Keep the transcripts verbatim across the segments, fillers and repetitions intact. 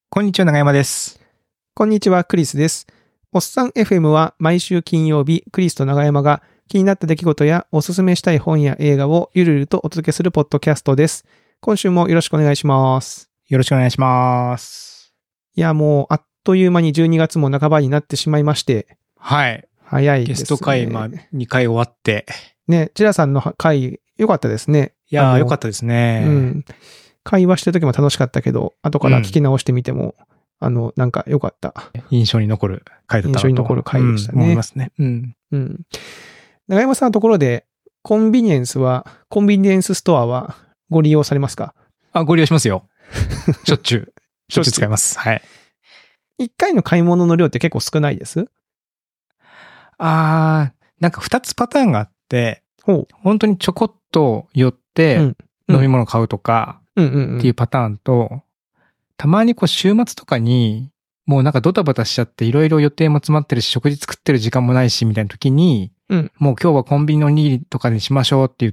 こんにちは、長山です。 こんにちは、クリスです。おっさん エフエム は毎週金曜日、クリスと長山が気になった出来事やおすすめしたい本や映画をゆるゆるとお届けするポッドキャストです。今週もよろしくお願いします。 よろしくお願いします。 いや、もうあっという間にじゅうにがつも半ばになってしまいまして。 はい。 早いですね。 ゲスト会、まあ、にかい終わって。 ね、チラさんの回、良かったですね。 いやー、良かったですね。 うん。会話してる時も楽しかったけど、後から聞き直してみても、うん、あの、なんか良かった。 印象に残る回だったなと。 印象に残る回でしたね。 うん、思いますね。うん。 うん。長山さんのところで、コンビニエンスは、コンビニエンスストアはご利用されますか？ あ、ご利用しますよ。しょっちゅう。しょっちゅう使います。はい。 一回の買い物の量って結構少ないです？ あー、なんか二つパターンがあって、 ほう。 本当にちょこっと寄って、うん飲み物買うとか、っていうパターンと、たまにこう週末とかに、もうなんかドタバタしちゃっていろいろ予定も詰まってるし、食事作ってる時間もないし、みたいな時に、うん、もう今日はコンビニのおにぎりとかにしましょうって言って、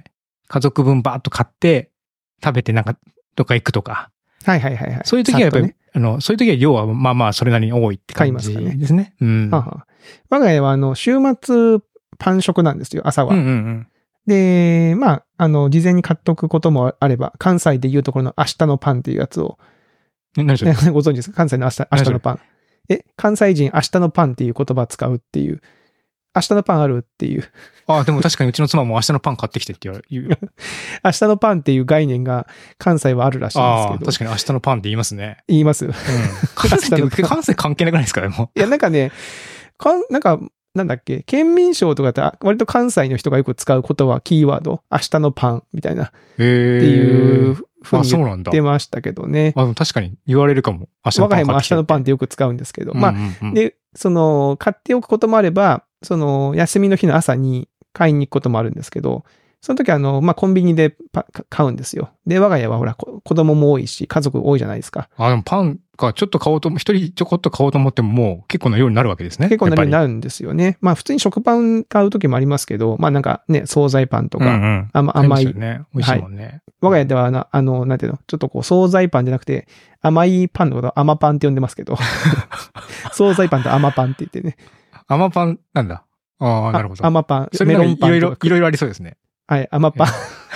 家族分バーッと買って、食べてなんかどっか行くとか。 はいはいはいはい。 そういう時はやっぱり、ね、あの、そういう時は量はまあまあそれなりに多いって感じですね。うん。 はは我が家はあの、週末パン食なんですよ、朝は。 うんうんうんで、まあ、あの、事前に買っとくこともあれば、関西でいうところの明日のパンっていうやつを。 何それご存知ですか？関西の明日、明日のパン。え、関西人明日のパンっていう言葉使うっていう。明日のパンあるっていう。 ああ、でも確かにうちの妻も明日のパン買ってきてって言う。明日のパンっていう概念が関西はあるらしいんですけど。 ああ、確かに明日のパンって言いますね。 言います。うん。 関西って関西関係なくないですか？でも。 いや、なんかね、かん、なんか、なんだっけ、県民賞とかって割と関西の人がよく使う言葉、キーワード、明日のパンみたいな。っていうふうに言ってましたけどね。 あ、確かに言われるかも。 明日のパン。我が家も明日のパンってよく使うんですけど。まあ、で、その、買っておくこともあれば、その、休みの日の朝に買いに行くこともあるんですけど、その時はあの、まあ、コンビニでパ買うんですよ。で、我が家はほら、子供も多いし、家族多いじゃないですか。 あ、でもパンか、ちょっと買おうと、一人ちょこっと買おうと思ってももう結構な量になるわけですね。 結構な量になるんですよね。まあ、普通に食パン買う時もありますけど、まあなんかね、惣菜パンとか、うんうん、甘, 甘い。 ね。美味しいもんね。はい、 我が家ではな、あの、なんていうの、ちょっとこう、惣菜パンじゃなくて、甘いパンのことを甘パンって呼んでますけど、惣菜パンと甘パンって言ってね。 甘パンなんだ。ああ、なるほど。 甘パン。 それメロンパン。いろいろ、いろいろありそうですね。 はい、甘パン。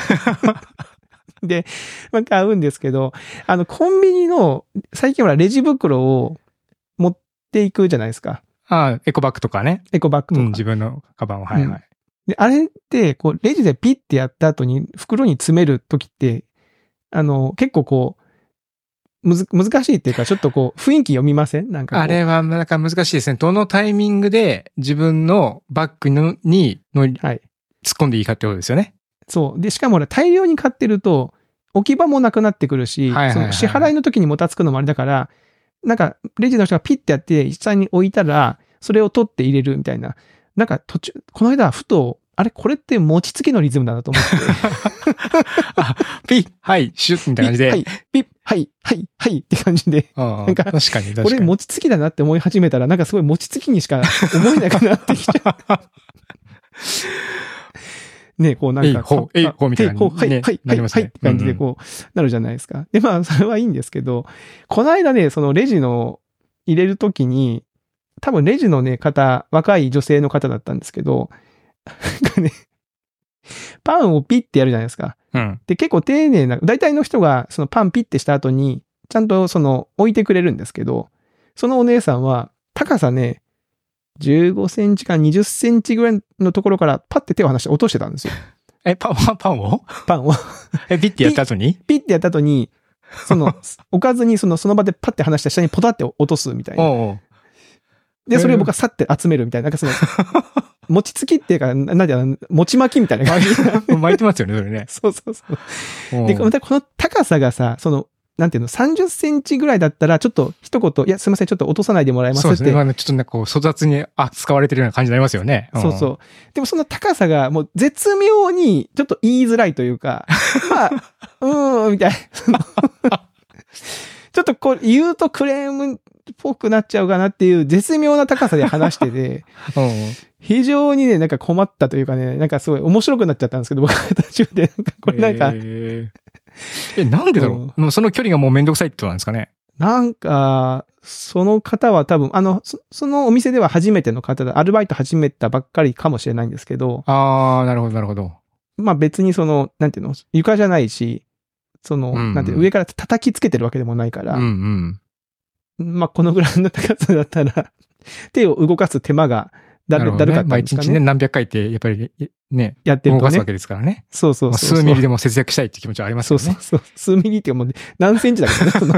で、まあ、買うんですけど、あの、コンビニの、最近ほら、レジ袋を持っていくじゃないですか。 ああ、エコバッグとかね。 エコバッグとか。うん、 自分のカバンを、はいはい。うん、 で、あれって、こう、レジでピッてやった後に、袋に詰めるときって、あの、結構こう、むず、難しいっていうか、ちょっとこう、雰囲気読みません？なんか。 あれは、なんか難しいですね。どのタイミングで自分のバッグのに、の、はい。突っ込んでいいかってことですよね。 そう。で、しかも大量に買ってると、置き場もなくなってくるし、はいはいはい、その支払いの時にもたつくのもあれだから、なんか、レジの人がピッてやって、実際に置いたら、それを取って入れるみたいな。なんか途中、この間、ふと、あれ、これって餅つきのリズムだなと思って。 あ、ピッ、はい、シュッみたいな感じで。 はい、ピッ、はい、はい、はいって感じで。 なんか、確かに確かに。 これ餅つきだなって思い始めたら、なんかすごい餅つきにしか思えなくなってきちゃう。ね、こうなんか、 ほう、えい、ほうみたいな、ね。 ほう、はい、はい、はい、はい、はいって感じでこう、なるじゃないですか。で、まあ、それはいいんですけど、この間ね、そのレジの入れるときに、多分レジのね、方、若い女性の方だったんですけど、なんかね、パンをピッてやるじゃないですか。 うん。 で、結構丁寧な、大体の人がそのパンピッてした後に、ちゃんとその置いてくれるんですけど、そのお姉さんは、高さね、じゅうごセンチかにじゅっセンチぐらいのところからパッて手を離して落としてたんですよ。 え、パン、パンをパンを。 え、ピッてやった後にピッてやった後に、その、置かずにその、その場でパッて離して下にポタって落とすみたいな。 おうおうで、それを僕はさって集めるみたいな。なんかその、餅つきっていうか、なんていうの、餅巻きみたいな感じ。 巻いてますよね、それね。 そうそうそう。で、またこの高さがさ、その、なんていうの、さんじゅっセンチぐらいだったら、ちょっと一言、いや、すいません、ちょっと落とさないでもらえますって。 そうですね。ちょっとね、こう、粗雑に扱われてるような感じになりますよね。 うん、そうそう。でもその高さが、もう絶妙に、ちょっと言いづらいというか、まあ、うーん、みたいな。ちょっとこう、言うとクレームっぽくなっちゃうかなっていう絶妙な高さで話してて、うん、非常にね、なんか困ったというかね、なんかすごい面白くなっちゃったんですけど、僕は途中で、なんかこれなんか、 えーえ、なんでだろう、うん、もうその距離がもうめんどくさいってことなんですかね。 なんか、その方は多分、あの、そ, そのお店では初めての方だ、アルバイト始めたばっかりかもしれないんですけど。 ああ、なるほど、なるほど。 まあ別にその、なんていうの、床じゃないし、その、うんうん、なんていうの、上から叩きつけてるわけでもないから、 うんうん、 まあこのぐらいの高さだったら、手を動かす手間がだる、ね、だるかったんですかね。 まあ一日ね、何百回って、やっぱりね、 やってるとね。 動かすわけですからね。 そうそうそうそう。 数ミリでも節約したいって気持ちはありますよね。 そうそうそう。数ミリっていうかもう、ね、何センチだからね、その。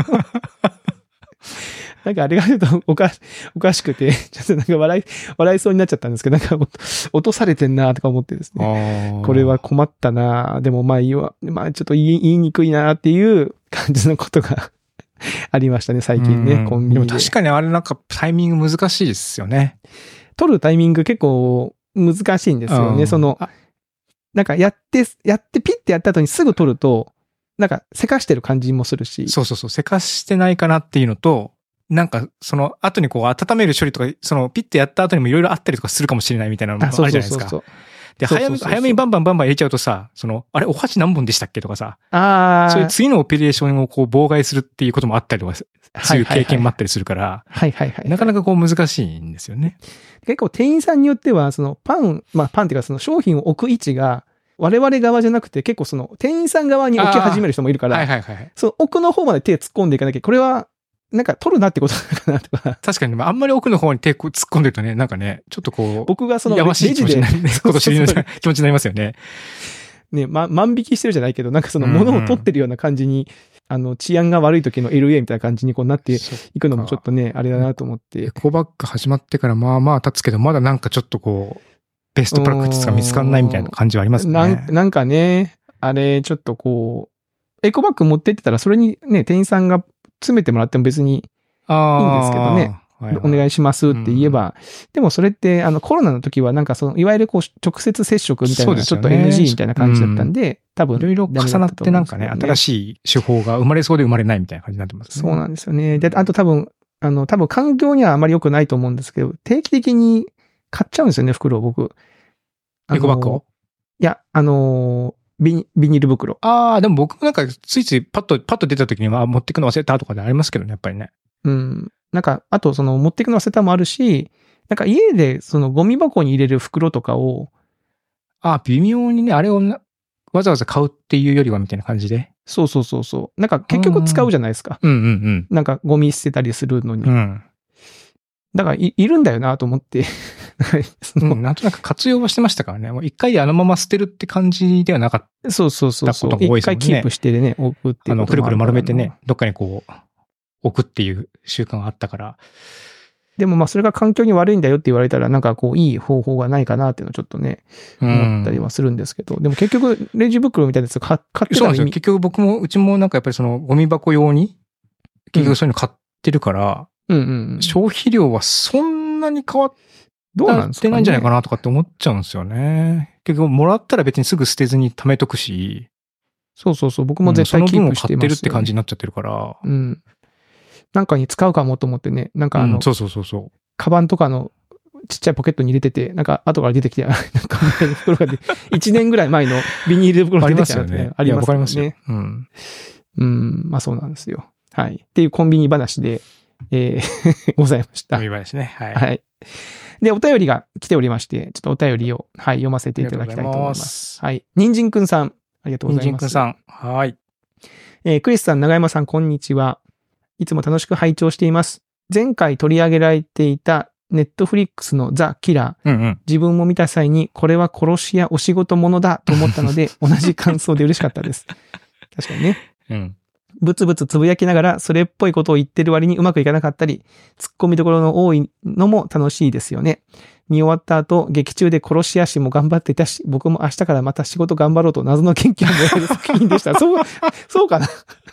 なんかあれがちょっとおか、おかしくて、ちょっとなんか笑い、笑いそうになっちゃったんですけど、なんか落とされてんなとか思ってですね。これは困ったなでもまあ言わ、まあちょっと言い、言いにくいなっていう感じのことがありましたね、最近ね、コンビニで。 でも確かにあれなんかタイミング難しいですよね。 取るタイミング結構難しいんですよね。その、なんかやって、やってピッてやった後にすぐ取ると、なんかせかしてる感じもするし。 そうそうそう、せかしてないかなっていうのと、なんか、その後にこう温める処理とか、そのピッてやった後にもいろいろあったりとかするかもしれないみたいなのもあるじゃないですか。そうそうそうそうで、早め、早めにバンバンバンバン入れちゃうとさ、その、あれ、お箸何本でしたっけとかさ、 あそういう次のオペレーションをこう妨害するっていうこともあったりとか、そういう経験もあったりするから、 はいはいはい。 なかなかこう難しいんですよね。 結構店員さんによっては、そのパン、まあパンっていうかその商品を置く位置が、我々側じゃなくて結構その店員さん側に置き始める人もいるから、 はいはいはい。 その奥の方まで手突っ込んでいかなきゃ、これは、なんか取るなってことなのかなとか。 確かに、あんまり奥の方に手突っ込んでるとね、なんかね、ちょっとこう、 僕がそのやましい気持ちになる、こと知りの気持ちになりますよね。 ね、ま、万引きしてるじゃないけど、なんかその物を取ってるような感じに、うんうん、あの、治安が悪い時の エルエー みたいな感じにこうなっていくのもちょっとね、あれだなと思って。 エコバッグ始まってからまあまあ経つけど、まだなんかちょっとこう、ベストプラクティスが見つかんないみたいな感じはありますね。 なん、なんかね、あれ、ちょっとこう、エコバッグ持ってってたら、それにね、店員さんが詰めてもらっても別にいいんですけどね。はいはい、お願いしますって言えば、うん、でもそれって、あの、コロナの時はなんかその、いわゆるこう、直接接触みたいな、ちょっと エヌジー みたいな感じだったんで、うん、多分、 いろいろ重なってなんかね、新しい手法が生まれそうで生まれないみたいな感じになってますね。 そうなんですよね。で、あと多分、あの、多分環境にはあまり良くないと思うんですけど、定期的に買っちゃうんですよね、袋を僕。 エコバッグをいや、あのー、ビニ、ビニール袋。 ああ、でも僕もなんかついついパッと、パッと出た時には持ってくの忘れたとかでありますけどね、やっぱりね。 うん。なんか、あとその持ってくの忘れたもあるし、なんか家でそのゴミ箱に入れる袋とかを。 ああ、微妙にね、あれをなわざわざ買うっていうよりはみたいな感じで。 そうそうそうそう。なんか結局使うじゃないですか。 うんうんうん。 なんかゴミ捨てたりするのに。 うん。 だからい、いるんだよなと思って。 うん、なんとなく活用はしてましたからね。もう一回であのまま捨てるって感じではなかった。 そうそうそうそう。一回キープしてね、置くっていう。 あの、くるくる丸めてね、どっかにこう、置くっていう習慣があったから。 でもまあそれが環境に悪いんだよって言われたら、なんかこう、いい方法がないかなっていうのをちょっとね、思ったりはするんですけど。でも結局、レジ袋みたいなやつ買ってたら意味。 そうなんですよ。結局僕も、うちもなんかやっぱりそのゴミ箱用に、結局そういうの買ってるから、 うんうんうん、 消費量はそんなに変わってないんじゃないかなとかって思っちゃうんですよね。結局もらったら別にすぐ捨てずに貯めとくし。 そうそうそう。僕も絶対キープしてます、ね、 その分を買ってるって感じになっちゃってるから。 うん。なんかに使うかもと思ってね。なんかあの、 うん、そうそうそうそう。 カバンとかのちっちゃいポケットに入れてて、なんか後から出てきて、なんか袋が出て、いちねんぐらい前のビニール袋が出てきた、ね、 ありますよね。ありますよね。わかりますよ。 うん。うん。まあそうなんですよ。はい。っていうコンビニ話で、えー、ございました。 コンビニ話ね。はい。 はい。で、お便りが来ておりまして、ちょっとお便りを、はい、読ませていただきたいと思います。ますはい。にんじんくんさん、ありがとうございます。 にんじんくんさん。はい。 えー、クリスさん、長山さん、こんにちは。いつも楽しく拝聴しています。前回取り上げられていたネットフリックスのザ・キラー、 うんうん、 自分も見た際にこれは殺し屋お仕事ものだと思ったので同じ感想で嬉しかったです。確かにね。 うん。 ブツブツつぶやきながらそれっぽいことを言ってる割にうまくいかなかったり、突っ込みどころの多いのも楽しいですよね。見終わった後、劇中で殺し屋師も頑張っていたし、僕も明日からまた仕事頑張ろうと謎の元気をもらえる作品でした。そう、そうかな。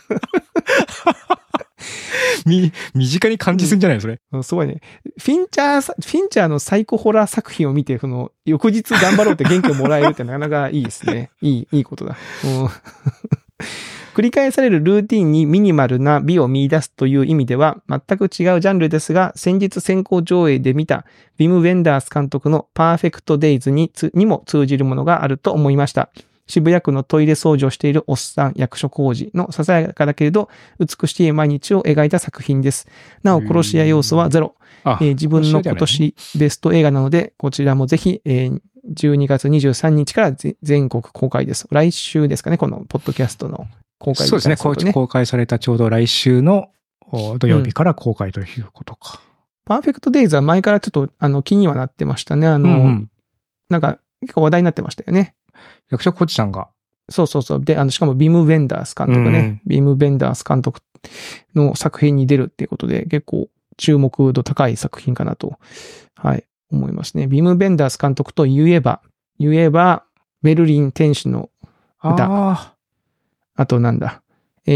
み、身近に感じすんじゃないのそれ。 うん、すごいね。フィンチャー、フィンチャーのサイコホラー作品を見て、その、翌日頑張ろうって元気をもらえるってなかなかいいですね。いい、いいことだ。うん繰り返されるルーティンにミニマルな美を見出すという意味では全く違うジャンルですが、先日先行上映で見たビム・ウェンダース監督のパーフェクト・デイズにつにも通じるものがあると思いました。 渋谷区のトイレ掃除をしているおっさん、役所工事のささやかだけれど美しい毎日を描いた作品です。なお、殺し屋要素はゼロ。えー、自分の今年ベスト映画なので、こちらもぜひ、えー、じゅうにがつにじゅうさんにちから全国公開です。来週ですかね、このポッドキャストの公開、ね、 そうですね、公開されたちょうど来週の土曜日から公開ということか。うん、 パーフェクトデイズは前からちょっとあの気にはなってましたね。あの、うんうん、なんか結構話題になってましたよね。 役所コーチさんが。 そうそうそう。で、あの、しかもビム・ベンダース監督ね。うん、ビム・ベンダース監督の作品に出るっていうことで、結構注目度高い作品かなと、はい、思いますね。ビム・ベンダース監督と言えば、言えば、ベルリン天使の歌。あ, あとなんだ。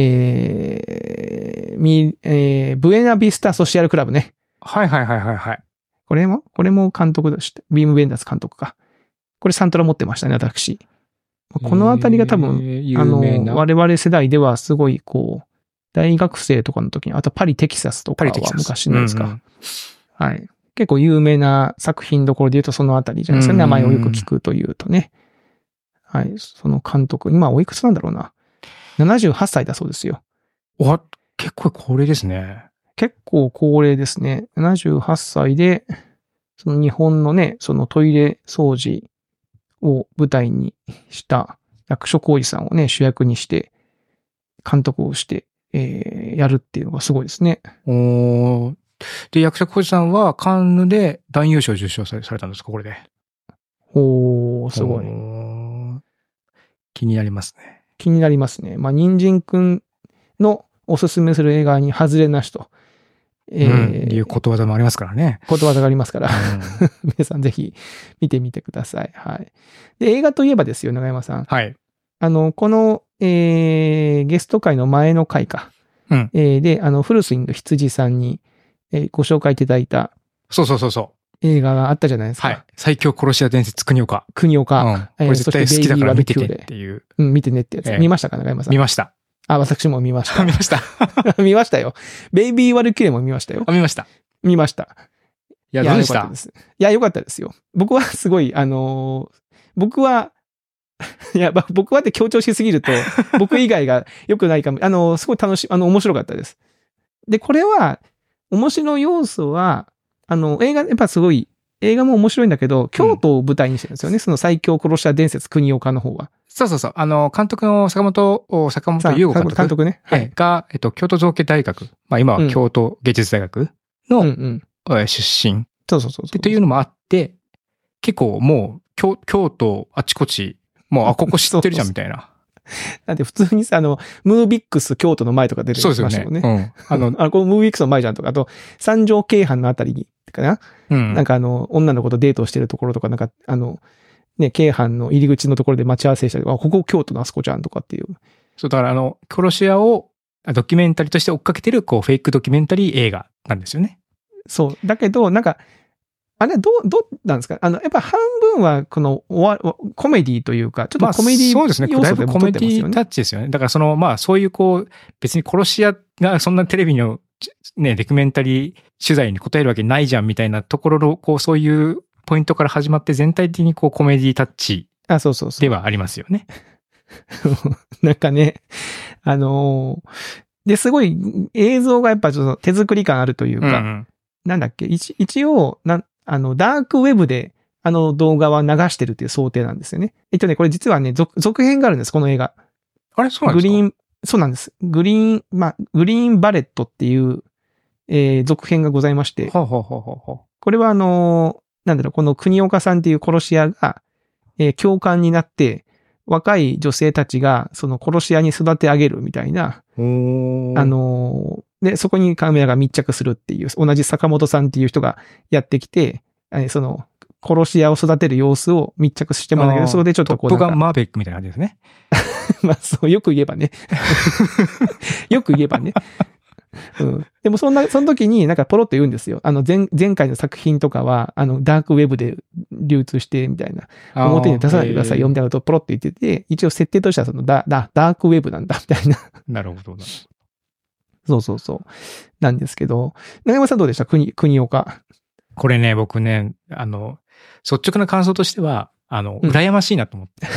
えー、み、えー、ブエナビスタソシアルクラブね。 はいはいはいはいはい。 これもこれも監督でした。ビーム・ベンダース監督か。これサントラ持ってましたね、私。このあたりが多分、あの、我々世代ではすごい、こう、大学生とかの時に、あとパリ・テキサスとかは昔のですか、うんうん。はい。結構有名な作品どころで言うとそのあたりじゃないですか。名前をよく聞くというとね。はい。その監督、今おいくつなんだろうな。ななじゅうはっさいだそうですよ。 お、結構高齢ですね。 結構高齢ですね。ななじゅうはっさいで、その日本のね、そのトイレ掃除を舞台にした役所広司さんをね、主役にして、監督をして、えー、やるっていうのがすごいですね。 おー。で、役所広司さんはカンヌで男優賞を受賞されたんですか、これで。 おー、すごい。 気になりますね。 気になりますね。まあ、人参くんのおすすめする映画に外れなしと。 えー、うん、いうことわざもありますからね。 ことわざがありますから。うん、皆さんぜひ見てみてください。はい。で、映画といえばですよ、長山さん。 はい。 あの、この、えー、ゲスト会の前の回か。うん。えー、で、あの、フルスイング羊さんに、えー、ご紹介いただいた。 そうそうそうそう。 映画があったじゃないですか。 はい。最強殺し屋伝説国岡。 国岡。 うん。これ絶対好きだから見ててっていう。 うん、見てねってやつ。えー、見ましたか、長山さん。 見ました。 あ、私も見ました。 見ました。 見ましたよ。ベイビーワルキューレも見ましたよ。 あ、見ました。 見ました。 いや、どうでした？ いや、よかったですよ。僕はすごい、あのー、僕は、いや、僕はって強調しすぎると、僕以外が良くないかも。あのー、すごい楽しい、あの、面白かったです。で、これは、面白い要素は、あの、映画、やっぱすごい、映画も面白いんだけど、京都を舞台にしてるんですよね。うん、その最強殺し屋伝説国岡の方は。 そうそうそう。あの、監督の坂本、坂本優吾監督。 監督ね。 はい。が、えっと、京都造形大学。まあ今は京都芸術大学の、うんうん出身。 そうそうそうそう。 というのもあって、結構もう、京、京都あちこち、もう、あ、ここ知ってるじゃんみたいな。 だって普通にさ、あの、ムービックス京都の前とか出てましたよね。そうですよね。うん。あの、あの、このムービックスの前じゃんとか、あと、三条京阪のあたりに、かな。うん。なんかあの、女の子とデートをしてるところとか、なんか、あの、ね、京阪の入り口のところで待ち合わせしたりとか、ここ京都のあそこじゃんとかっていう。 そう、だからあの、殺し屋をドキュメンタリーとして追っかけてる、こう、フェイクドキュメンタリー映画なんですよね。 そう。だけど、なんか、あれ、どう、どうなんですか？あの、やっぱ半分は、この、コメディというか、ちょっとコメディ要素でも撮ってますよね。まあ、そうですね。だいぶコメディタッチですよね。だからその、まあ、そういうこう、別に殺し屋がそんなテレビの、ね、ドキュメンタリー取材に答えるわけないじゃんみたいなところの、こう、そういうポイントから始まって全体的にこう、コメディタッチ。 あ、そうそうそう。 ではありますよね。 なんかね、あのー、で、すごい映像がやっぱちょっと手作り感あるというか、うんうん、なんだっけ、一、一応、な、あの、ダークウェブで、あの動画は流してるっていう想定なんですよね。えっとね、これ実はね、続、続編があるんです、この映画。 あれ、そうなんですか？ グリーン、そうなんです。グリーン、まあ、グリーンバレットっていう、えー、続編がございまして。 ほうほうほうほうほう。 これはあのー、なんだろう、この国岡さんっていう殺し屋が、えー、教官になって、若い女性たちが、その殺し屋に育て上げるみたいな、あのー、で、そこにカメラが密着するっていう、同じ坂本さんっていう人がやってきて、えー、その、殺し屋を育てる様子を密着してもらうんだけど、そこでちょっとこうトップガンマーベックみたいな感じですね。 まあ、そう、よく言えばね。よく言えばね。うん。でもそんな、その時になんかポロッと言うんですよ。あの前、前回の作品とかは、あの、ダークウェブで流通して、みたいな。表に出さないでくださいよ、みたいなことをポロッと言ってて、一応設定としてはそのダ、ダ、ダークウェブなんだ、みたいな。 なるほどな。 そうそうそう。なんですけど、長山さんどうでした国、国岡。 これね、僕ね、あの、率直な感想としては、あの、羨ましいなと思って。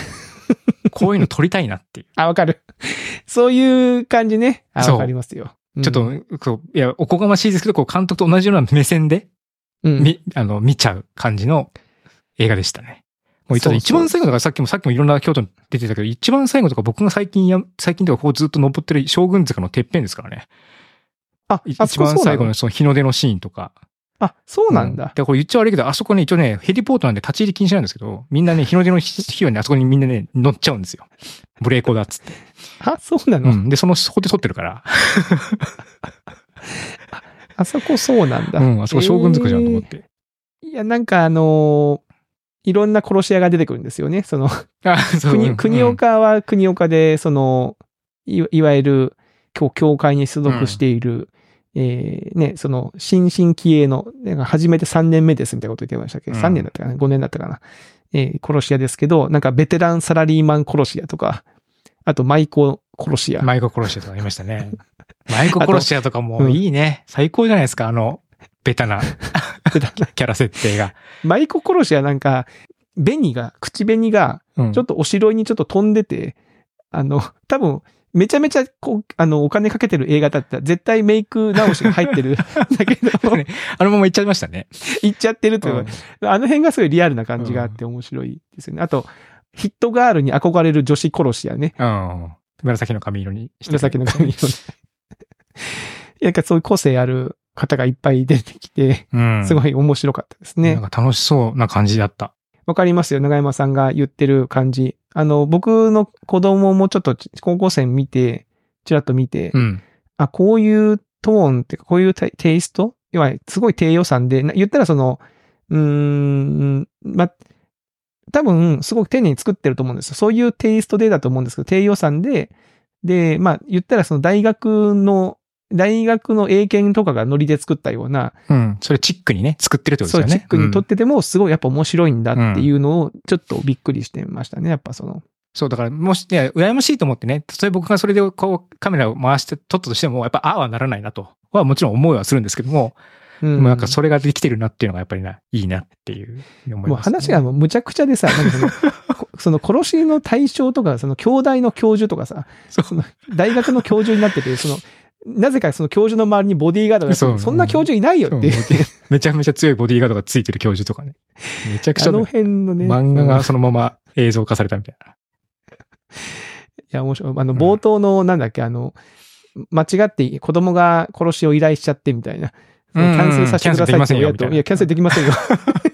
こういうの撮りたいなっていう。 あ、わかる。そういう感じね。あ、わかりますよ。 ちょっと、うん、こういや、おこがましいですけど、こう監督と同じような目線で、うん、み、あの、見ちゃう感じの映画でしたね。もう一番最後だからさっきもさっきもいろんな京都に出てたけど、一番最後とか僕が最近や、最近とかこうずっと登ってる将軍塚のてっぺんですからね。 あ、 一番最後のその日の出のシーンとか。 あ、そうなんだ。 うん、で、これ言っちゃ悪いけど、あそこね、一応ね、ヘリポートなんで立ち入り禁止なんですけど、みんなね、日の出の日はね、あそこにみんなね、乗っちゃうんですよ。ブレーコーだっつって。 あ、そうなの、 うん。で、その、そこで撮ってるから。 あ, あそこそうなんだ。 うん、あそこ将軍塚じゃんと思って。 えー、いや、なんかあのー、いろんな殺し屋が出てくるんですよね。その、 あそう国、国岡は国岡で、その、い, いわゆる、教会に所属している、うんえー、ね、その、新進気鋭の、なんか初めてさんねんめですみたいなこと言ってましたっけ、うん、さんねんだったかな ?ご 年だったかなえー、殺し屋ですけど、なんかベテランサラリーマン殺し屋とか、あと舞妓殺し屋。 舞妓殺し屋とかありましたね。舞妓殺し屋とかもいいね、うん。最高じゃないですか、あの、ベタな、ベタなキャラ設定が。 舞妓殺し屋なんか、紅が、口紅が、ちょっとお城にちょっと飛んでて、うん、あの、多分、めちゃめちゃ、こう、あの、お金かけてる映画だったら、絶対メイク直しが入ってる。だけど、 ね、あのまま行っちゃいましたね。 行っちゃってるという、うん、あの辺がすごいリアルな感じがあって面白いですよね。あと、ヒットガールに憧れる女子殺し屋ね。 うん。紫の髪色にして。 紫の髪色に。なんかそういう個性ある方がいっぱい出てきて、うん、すごい面白かったですね。 なんか楽しそうな感じだった。 わかりますよ。長山さんが言ってる感じ。あの、僕の子供もちょっと高校生見て、ちらっと見て、 うん、 あ、こういうトーンっていうか、こういうテイスト要は、すごい低予算で、言ったらその、うーん、ま、多分、すごく丁寧に作ってると思うんですよ。そういうテイストでだと思うんですけど、低予算で、で、まあ、言ったらその大学の、大学の英検とかがノリで作ったような。 うん。それチックにね、作ってるってことですよね。 そう、チックに撮ってても、すごいやっぱ面白いんだっていうのを、ちょっとびっくりしてましたね。やっぱその。 そう、だから、もし、いや、羨ましいと思ってね、例えば僕がそれでこう、カメラを回して撮ったとしても、やっぱ、ああはならないなと。はもちろん思いはするんですけども、うん、でもなんかそれができてるなっていうのがやっぱりな、いいなっていう思います、ね。 もう話がもうむちゃくちゃでさ、なんかその、その殺しの対象とか、その兄弟の教授とかさ、その大学の教授になってて、その、なぜかその教授の周りにボディーガードがそ、そんな教授いないよっていう。 めちゃめちゃ強いボディーガードがついてる教授とかね。めちゃくちゃ、 あの辺のね。 漫画がそのまま映像化されたみたいな。 いや、面白い。あの、冒頭の、なんだっけ、あの、間違って子供が殺しを依頼しちゃってみたいな。キャンセルさせてくださいって親と、いや、キャンセルできませんよ。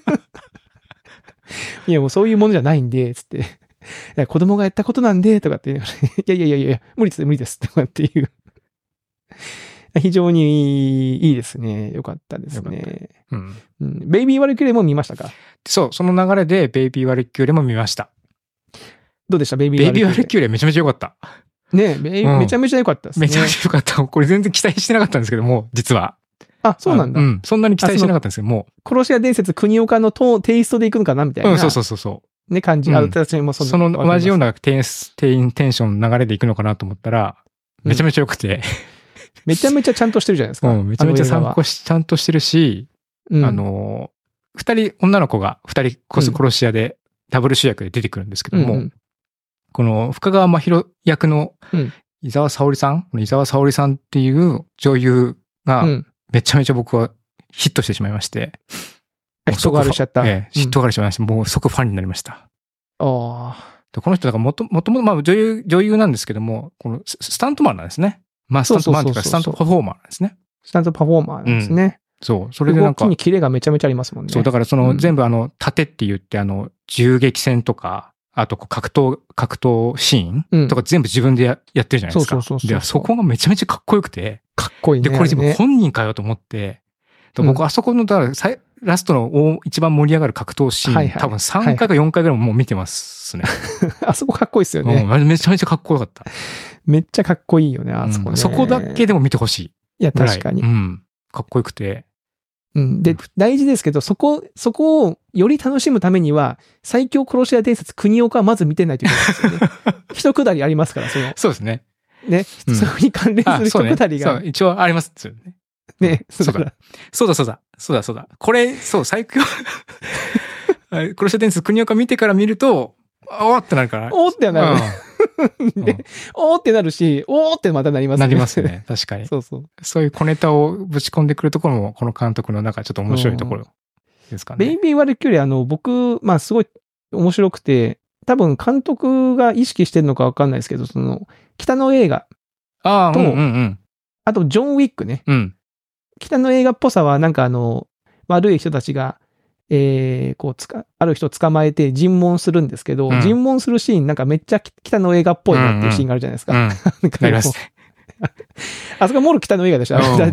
いや、もうそういうものじゃないんで、つって。いや子供がやったことなんで、とかって。いやいやいやいや、無理です、無理です、とかっていう。非常にいいですね。よかったですね。 うん、 うん。ベイビー・ワルキューレも見ましたか？ そう、その流れでベイビー・ワルキューレも見ました。 どうでしたベイビー・ワルキューレ。 ベイビー・ワルキューレめちゃめちゃ良かった。 ねえ、うん、めちゃめちゃ良かったですね。 めちゃめちゃ良かった。これ全然期待してなかったんですけども、実は。 あ、そうなんだ。 うん。そんなに期待してなかったんですけども。 殺し屋伝説国岡のトテイストでいくのかなみたいな。 うん、そうそうそうそう。 ね、感じ。うん、あ、私もその。その同じようなテンテンテンションの流れでいくのかなと思ったら、めちゃめちゃ良くて。うん、 めちゃめちゃちゃんとしてるじゃないですか。 うん、めちゃめちゃ参考し、ちゃんとしてるし、うん、あの、二人、女の子が二人殺し屋で、ダブル主役で出てくるんですけども、うんうん、この深川真宙役の伊沢沙織さん、伊沢沙織さんっていう女優が、めちゃめちゃ僕はヒットしてしまいまして。 ヒットガールしちゃった。 ええ、ヒットガールしちゃいました。もう即ファンになりました。 ああ。 この人だからもともと、まあ女優、女優なんですけども、このスタントマンなんですね。まあスタントマンというかスタントパフォーマーなんですね。 スタントパフォーマーなんですね。 うん、そう。それでなんか。 動きにキレがめちゃめちゃありますもんね。 そう。だからその、うん、全部あの、盾って言ってあの、銃撃戦とか、あと格闘、格闘シーンとか全部自分で や,、うん、やってるじゃないですか。 そうそうそうそう。 で、そこがめちゃめちゃかっこよくて。 かっこいいね。 で、これ自分本人かよと思って。で僕、あそこの、だからラストの一番盛り上がる格闘シーン、はいはい、多分さんかいかよんかいぐらいもう見てますね。 あそこかっこいいですよね、 うん。めちゃめちゃかっこよかった。 めっちゃかっこいいよね、あそこね、うん。 そこだけでも見てほしい。 いや、確かに。 うん。かっこよくて。 うん。で、大事ですけど、そこ、そこをより楽しむためには、最強殺し屋伝説国岡はまず見てないといけないですよね。一くだりありますから、その。 そうですね。 ね。うん、そこに関連する一くだりが。 そう、ね、そう、一応ありますよね。 ね、 そうだ。そうだ、そうだ。そうだ、そうだ。これ、そう、最強。殺し屋伝説国岡見てから見ると、 おーってなるから。 おーってなる。うん、で、うん、おーってなるし、おーってまたなりますね。なりますね。確かに。 そうそう。 そういう小ネタをぶち込んでくるところも、この監督のなんかちょっと面白いところですかね。 ベイビー・ワルキューレ、あの、僕、まあすごい面白くて、多分監督が意識してるのかわかんないですけど、その、北の映画と、 あ, うんうんうん、 あとジョン・ウィックね。 うん、 北の映画っぽさは、なんかあの、悪い人たちが、えー、こうつか、ある人を捕まえて尋問するんですけど、うん、尋問するシーンなんかめっちゃ北の映画っぽいなっていうシーンがあるじゃないですか。うんうん、なんかもうあそこもろ北の映画でしょ、だって。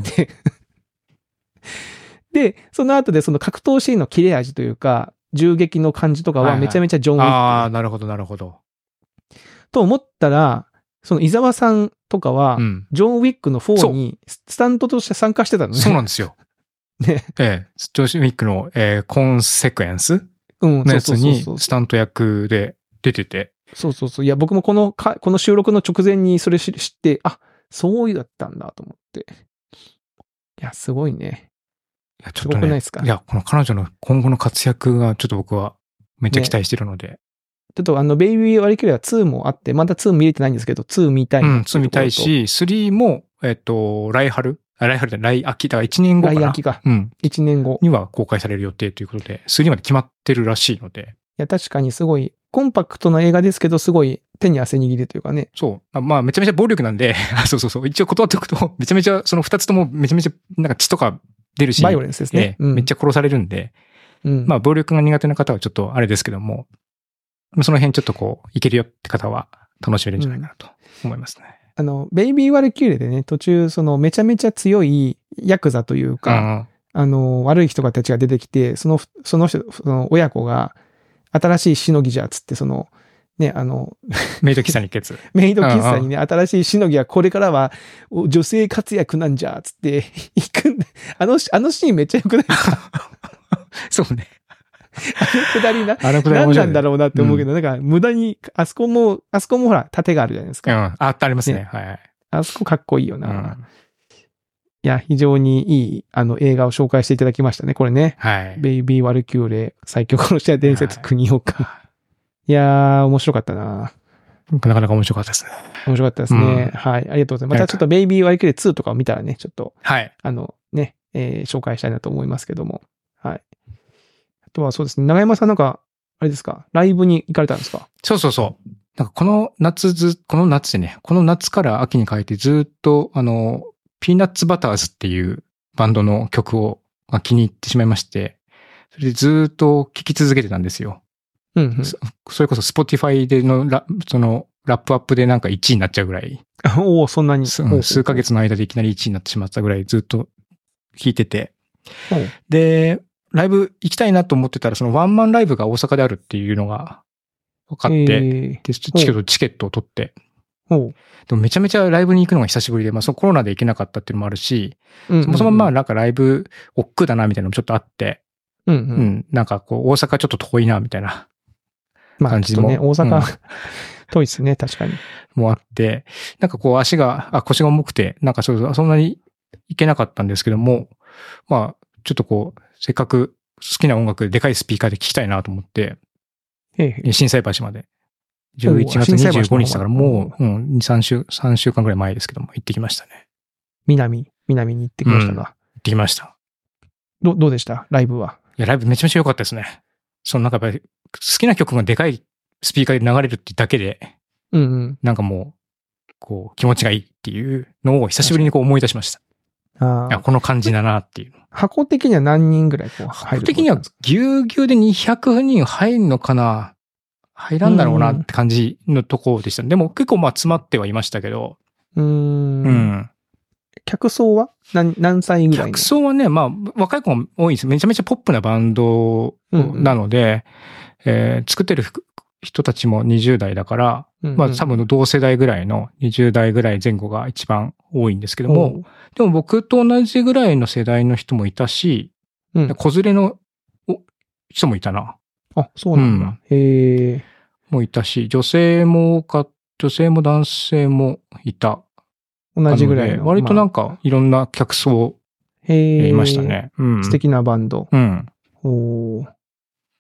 で、その後でその格闘シーンの切れ味というか、銃撃の感じとかはめちゃめちゃジョン・ウィック、ね。 はいはい、ああ、なるほど、なるほど。 と思ったら、その伊沢さんとかは、うん、ジョン・ウィックのフォーにスタントとして参加してたのね。 そうなんですよ。ね。ええ。ジョン・ウィックの、えー、コンセクエンスのやつにスタント役で出てて。 そうそうそう。いや、僕もこのか、この収録の直前にそれ知って、あ、そうだったんだと思って。いや、すごいね。 いや、ちょっとね。ないですか？いや、この彼女の今後の活躍がちょっと僕はめっちゃ期待してるので。ね、 ちょっとあの、ベイビー割り切れはツーもあって、まだツー見れてないんですけど、ツー見たいな。 うん、ツー見たいし、スリーも、えっと、来春あ、来春で来秋、だからいちねんごかな。 来秋か。 うん。 いちねんご。 には公開される予定ということで、スリーまで決まってるらしいので。 いや、確かにすごい、コンパクトな映画ですけど、すごい手に汗握りというかね。 そう。まあ、めちゃめちゃ暴力なんで、そうそうそう。一応断っておくと、めちゃめちゃ、その二つともめちゃめちゃ、なんか血とか出るし。 バイオレンスですね。 えーうん、めっちゃ殺されるんで。うん、まあ、暴力が苦手な方はちょっとあれですけども、その辺ちょっとこう、いけるよって方は楽しめるんじゃないかなと思いますね。 うん、あの、ベイビー・ワルキューレでね、途中、そのめちゃめちゃ強いヤクザというか、うん、あの、悪い人たちが出てきて、その、その人、その親子が、新しいしのぎじゃ、つって、その、ね、あの、 メイド喫茶に行けつ。 メイド喫茶にね、新しいしのぎはこれからは女性活躍なんじゃ、つって行くんで、あの、あのシーンめっちゃ良くないですか？ そうね。 あのくだりな、 あのくだり何なんだろうなって思うけど、うん、なんか無駄に、あそこも、あそこもほら、盾があるじゃないですか。 うん、あ、ありますね。ね、はい。 あそこかっこいいよな。うん、いや、非常にいい、あの、映画を紹介していただきましたね、これね。 はい。 ベイビー・ワルキューレ、最強殺し屋伝説、国岡。はい、いやー、面白かったな。 なかなか面白かったですね。 面白かったですね。うん、はい。ありがとうございます。またちょっとベイビー・ワルキューレツーとかを見たらね、ちょっと、 はい。 あの、ね、えー、紹介したいなと思いますけども。はい。あとはそうですね、長山さんなんか、あれですか、ライブに行かれたんですか？ そうそうそう。なんかこの夏ず、この夏でね、この夏から秋にかけてずっと、あの、ピーナッツバターズっていうバンドの曲を気に入ってしまいまして、それでずっと聴き続けてたんですよ。 うんうん、 そ, それこそ Spotify でのラ、その、ラップアップでなんかいちいになっちゃうぐらい。 おお、そんなに。 数, 数ヶ月の間でいきなりいちいになってしまったぐらいずっと聴いてて。で、ライブ行きたいなと思ってたら、そのワンマンライブが大阪であるっていうのが分かって、えー、でチケット、チケットを取って。でもめちゃめちゃライブに行くのが久しぶりで、まあそのコロナで行けなかったっていうのもあるし、うんうんうん、そもそもまあなんかライブ億劫だなみたいなのもちょっとあって、 うんうんうん、 なんかこう大阪ちょっと遠いなみたいな感じも。 まあ、ね、大阪、うん、遠いですね、確かに。 もあって、なんかこう足が、あ、腰が重くて、なんかそ, そんなに行けなかったんですけども、まあちょっとこう、せっかく好きな音楽ででかいスピーカーで聴きたいなと思って、 ええ、 心斎橋まで。じゅういちがつにじゅうごにちだからもう、うん、に、さん週、さんしゅうかんくらい前ですけども、行ってきましたね。 南、南に行ってきましたが。うん、 行ってきました。 ど、どうでしたライブは。 いや、ライブめちゃめちゃ良かったですね。そのなんかやっぱり、好きな曲がでかいスピーカーで流れるってだけで、 うんうん、 なんかもう、こう、気持ちがいいっていうのを久しぶりにこう思い出しました。ああ。この感じだなっていう。 箱的には何人ぐらいこう入る？ 箱的にはぎゅうぎゅうでにひゃくにん入るのかな？入らんだろうなって感じのところでした。でも結構まあ詰まってはいましたけど。 うーん。うん。客層は 何, 何歳ぐらいの？ 客層はね、まあ若い子が多いです。めちゃめちゃポップなバンドなので、うんうんえー、作ってる人たちもにじゅう代だから、うんうん、まあ多分同世代ぐらいのにじゅう代ぐらい前後が一番多いんですけども、でも僕と同じぐらいの世代の人もいたし、うん、子連れの人もいたな。 あ、そうなんだ。うん、へえ。 もいたし、女性もか、女性も男性もいた。 同じぐらいの。 割となんかいろんな客層いましたね。 うん、素敵なバンド。 うん。 おー。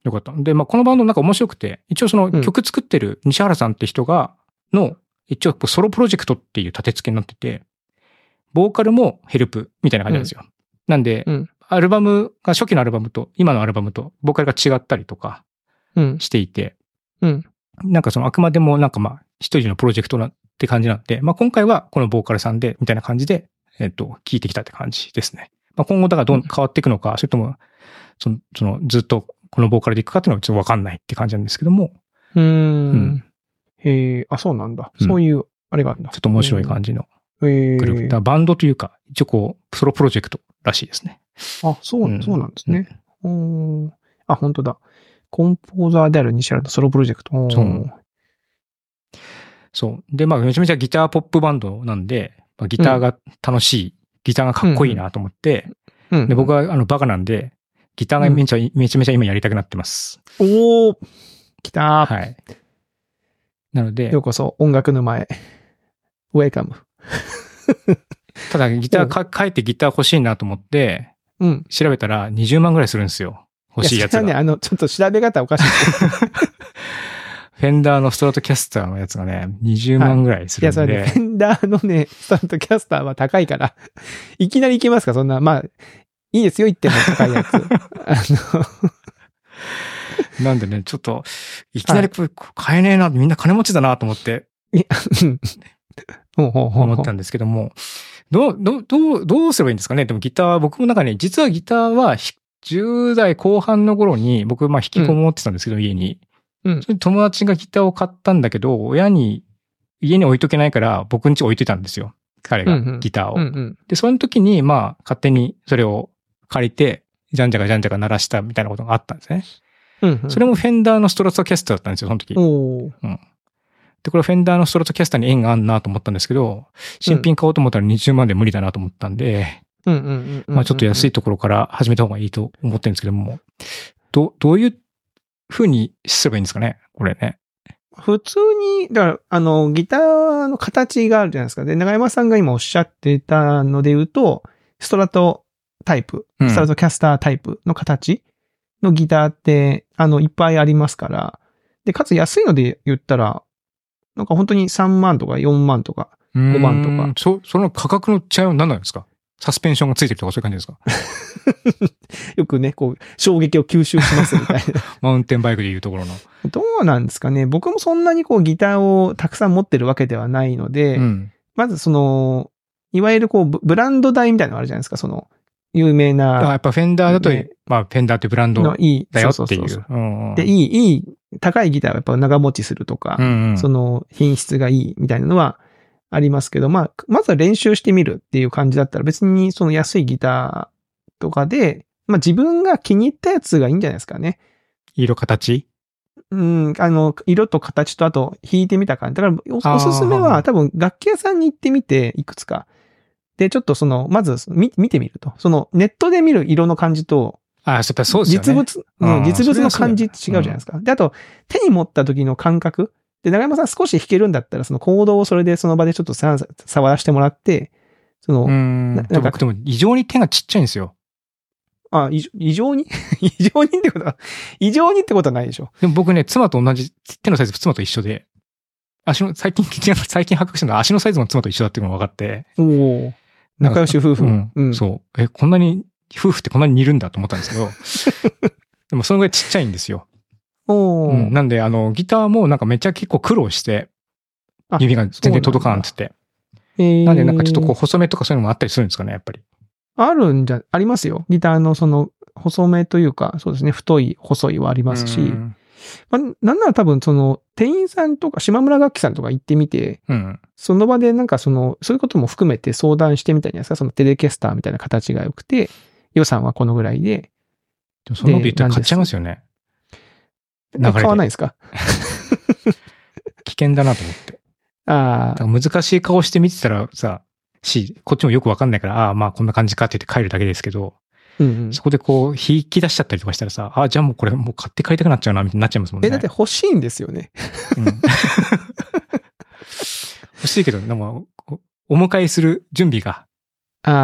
よかった。で、まあ、このバンドなんか面白くて、一応その曲作ってる西原さんって人が、の、一応ソロプロジェクトっていう立て付けになってて、ボーカルもヘルプみたいな感じなんですよ。うん、なんで、うん、アルバムが、初期のアルバムと今のアルバムとボーカルが違ったりとかしていて、うん、なんかそのあくまでもなんかまあ一人のプロジェクトなって感じなんで、まあ今回はこのボーカルさんでみたいな感じで、えっと、聴いてきたって感じですね。まあ今後だからどう変わっていくのか、それとも、その、そのずっとこのボーカルでいくかっていうのはちょっとわかんないって感じなんですけども。 うーん。うん、へえ、あ、そうなんだ。うん、そういう、あれがあるんだ。 ちょっと面白い感じのグループ。だからバンドというか、一応こう、ソロプロジェクトらしいですね。 あ、そう、うん、そうなんですね。うん、あ、本当だ。コンポーザーである西原のソロプロジェクト。 そう。そう。で、まあ、めちゃめちゃギターポップバンドなんで、まあ、ギターが楽しい、うん、ギターがかっこいいなと思って、うんうん、で僕はあのバカなんで、ギターがめちゃ、うん、めちゃめちゃ今やりたくなってます。 おー、来たー。 はい。なので。 ようこそ音楽沼へ。ウェイカム。 ただギターか、かえってギター欲しいなと思って、うん、調べたらにじゅうまんぐらいするんですよ。欲しいやつが。 いや、ね、あの、ちょっと調べ方おかしい。 フェンダーのストラトキャスターのやつがね、にじゅうまんぐらいするんで。はい、いや、 それね、フェンダーのね、ストラトキャスターは高いから、いきなりいけますかそんな、まあ、いいですよ、言っても高いやつ。あのなんでね、ちょっと、いきなり買えねえな、みんな金持ちだなと思って、思ったんですけども、どう、どう、どう、どうすればいいんですかね。でもギター、僕の中に、実はギターはじゅう代後半の頃に、僕、まあ、引きこもってたんですけど、うん、家に。うん。それ友達がギターを買ったんだけど、親に、家に置いとけないから、僕ん家置いてたんですよ。彼が、ギターを。うんうん、で、その時に、まあ、勝手にそれを借りて、じゃんじゃかじゃんじゃか鳴らしたみたいなことがあったんですね。うんうん、それもフェンダーのストラトキャスターだったんですよ、その時。おうん。で、これフェンダーのストラトキャスターに縁があんなと思ったんですけど、新品買おうと思ったらにじゅうまんで無理だなと思ったんで、まあちょっと安いところから始めた方がいいと思ってるんですけども、ど、どういう風にすればいいんですかねこれね。 普通に、だから、あの、ギターの形があるじゃないですか。で、長山さんが今おっしゃってたので言うと、ストラトタイプ、ストラトキャスタータイプの形のギターって、あの、いっぱいありますから、で、かつ安いので言ったら、なんか本当にさんまんとかよんまんとかごまんとか。 そ、その価格の違いは何なんですか？サスペンションがついてるとかそういう感じですか？ よくね、こう、衝撃を吸収しますみたいな。 マウンテンバイクでいうところの。 どうなんですかね。僕もそんなにこうギターをたくさん持ってるわけではないので、うん、まずその、いわゆるこう、ブランド台みたいなのがあるじゃないですか、その、有名な。 あ、やっぱフェンダーだと、ね、まあ、フェンダーってブランドだよっていう。そうそうそうそう、 うんうん。で、いい、いい、高いギターはやっぱ長持ちするとか、うんうん、その品質がいいみたいなのはありますけど、まあ、まずは練習してみるっていう感じだったら別にその安いギターとかで、まあ自分が気に入ったやつがいいんじゃないですかね。 色形？ うん、あの、色と形とあと弾いてみた感じ。だからお、おすすめは多分楽器屋さんに行ってみて、いくつか。で、ちょっとその、まず見、見てみると。その、ネットで見る色の感じと、 ああ、そうですよね。 実物、うん、実物の感じって違うじゃないですか。うん、で、あと、手に持った時の感覚。で、長山さん少し弾けるんだったら、そのコードをそれでその場でちょっとさ触らせてもらって、その、 うん。なんか僕でも異常に手がちっちゃいんですよ。 あ、異常に異常にってことは、異常にってことはないでしょ。 でも僕ね、妻と同じ、手のサイズ妻と一緒で、足の、最近、最近発覚したのは足のサイズも妻と一緒だっていうのが分かって。 おお。仲良し夫婦。 うん。うん、そう。え、こんなに、夫婦ってこんなに似るんだと思ったんですけど、でもそのぐらいちっちゃいんですよ。おうん、なんで、あの、ギターもなんかめっちゃ結構苦労して、指が全然届かんって言って。えー、なんでなんかちょっとこう細めとかそういうのもあったりするんですかね、やっぱり。 あるんじゃ、ありますよ。ギターのその、細めというか、そうですね、太い、細いはありますし、まあ、なんなら多分その、店員さんとか、島村楽器さんとか行ってみて、うん、その場でなんかその、そういうことも含めて相談してみたいじゃないですか。そのテレキャスターみたいな形が良くて、予算はこのぐらいで。 でもそんなこと言ったら買っちゃいますよね。 買わないですか？ 危険だなと思って。ああ。難しい顔して見てたらさ、し、こっちもよくわかんないから、ああ、まあこんな感じかって言って帰るだけですけど、うんうん、そこでこう、引き出しちゃったりとかしたらさ、ああ、じゃあもうこれもう買って帰りたくなっちゃうな、みたいになっちゃいますもんね。 え、だって欲しいんですよね。うん、 欲しいけど、でも、お迎えする準備が。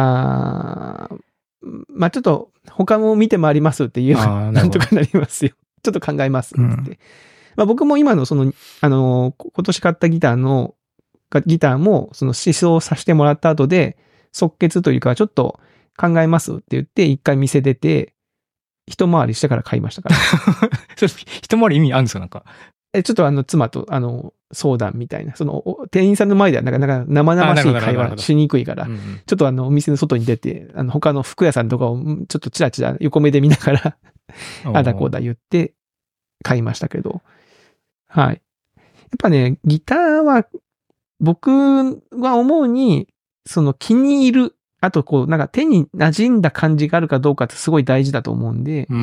ああ、まあちょっと、他も見て回りますって言えば、なんとかなりますよ。 ちょっと考えますって言って。うん、まあ僕も今のその、あの、今年買ったギターの、ギターもその試奏させてもらった後で、即決というかちょっと考えますって言って一回店出て、一回りしてから買いましたから。 それ一回り意味あるんですかなんか。 え、ちょっとあの、妻と、あの、相談みたいな。その、店員さんの前ではなかなか生々しい会話しにくいから、うんうん、ちょっとあの、お店の外に出て、あの、他の服屋さんとかをちょっとチラチラ横目で見ながら、あだこうだ言って買いましたけど。はい。やっぱね、ギターは、僕は思うに、その気に入る、あとこう、なんか手に馴染んだ感じがあるかどうかってすごい大事だと思うんで、 うん、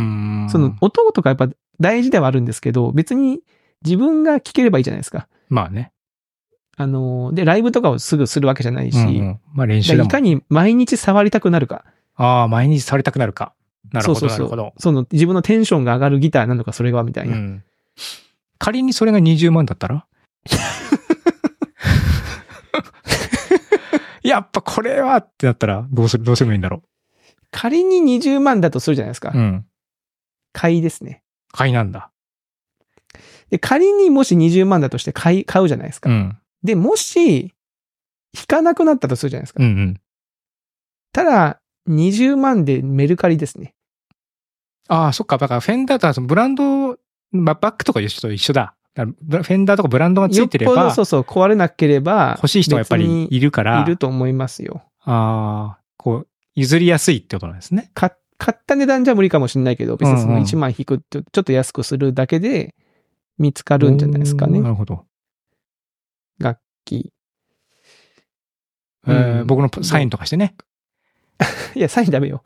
その音とかやっぱ大事ではあるんですけど、別に自分が聴ければいいじゃないですか。 まあね。 あの、で、ライブとかをすぐするわけじゃないし、うんうん、 まあ練習だもん。 いかに毎日触りたくなるか。 ああ、毎日触りたくなるか。なるほど、そうそうそう、なるほど。 その自分のテンションが上がるギターなのか、それはみたいな。うん、 仮にそれがにじゅうまんだったらやっぱこれはってなったらどうする、どうすればいいんだろう。 仮ににじゅうまんだとするじゃないですか。 うん。 買いですね。 買いなんだ。 で、仮にもしにじゅうまんだとして買い、買うじゃないですか。 うん。 で、もし、弾かなくなったとするじゃないですか。 うんうん。 ただ、にじゅうまんでメルカリですね。 ああ、そっか。だからフェンダーとはそのブランド、まあ、バッグとか一緒と一緒だ。フェンダーとかブランドがついてれば。 よっぽどそうそう、壊れなければ。 欲しい人はやっぱりいるから。 いると思いますよ。 ああ、こう、譲りやすいってことなんですね。 買った値段じゃ無理かもしれないけど、別にそのいちまん引くってちょっと安くするだけで見つかるんじゃないですかね。 なるほど。 楽器。 えーうん、僕のサインとかしてね。 いや、サインダメよ。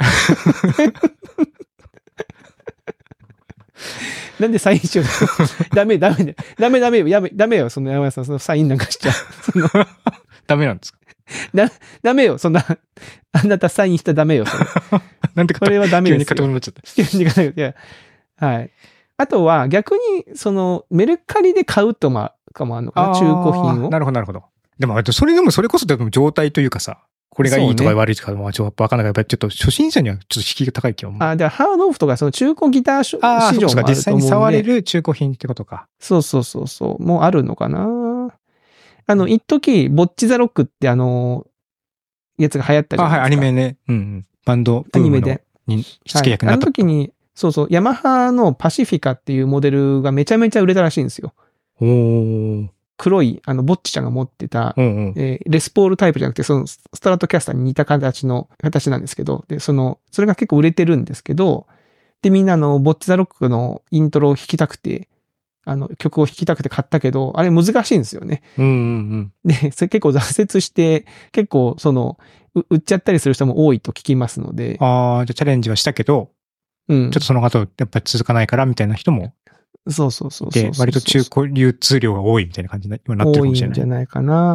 なんでサインしようダメ、ダメ、ダメ、ダメよ、やめ、ダメよ、その山田さん、そのサインなんかしちゃう。そのダメなんですかだ、ダメよ、そんな、あなたサインしたらダメよ、それ。 なんてこれはダメですよ。 急にカテゴリーになっちゃった。 急にカテゴリー、いや、はい。あとは、逆に、その、メルカリで買うと、まあ、かもあるのかな、中古品を。 なるほど、なるほど。でも、それでも、それこそ、でも状態というかさ、これがいいとか悪いとか、まあ、ちょっとわかんないから、やっぱりちょっと初心者にはちょっと敷居が高い気が思う。 あ、では、ハードオフとか、その中古ギター市場もあると思うんで。 実際に触れる中古品ってことか。 そうそうそうそう。もうあるのかな。あの、一時ボッチザロックってあの、やつが流行ったじゃないですか。 あ、はい、アニメね。うんうん。バンド。 アニメで。 に火付け役になった、 はい。あの時に、そうそう、ヤマハのパシフィカっていうモデルがめちゃめちゃ売れたらしいんですよ。 おー。 黒い、あの、ボッチちゃんが持ってた、 うんうんえー、レスポールタイプじゃなくて、その、ストラトキャスターに似た形の、形なんですけど、で、その、それが結構売れてるんですけど、で、みんなあの、ボッチザロックのイントロを弾きたくて、あの、曲を弾きたくて買ったけど、あれ難しいんですよね。 うんうんうん。 で、それ結構挫折して、結構、その、売っちゃったりする人も多いと聞きますので。 ああ、じゃあチャレンジはしたけど、うん。ちょっとその後、やっぱり続かないから、みたいな人も。 そうそうそうそう。 で、割と中古流通量が多いみたいな感じに今なってるかもしれない。 多いんじゃないかな。うん。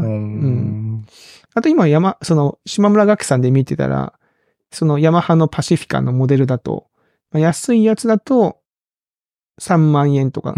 あと今、山、その、島村楽器さんで見てたら、そのヤマハのパシフィカのモデルだと、安いやつだと、さんまんえんとか、 うん。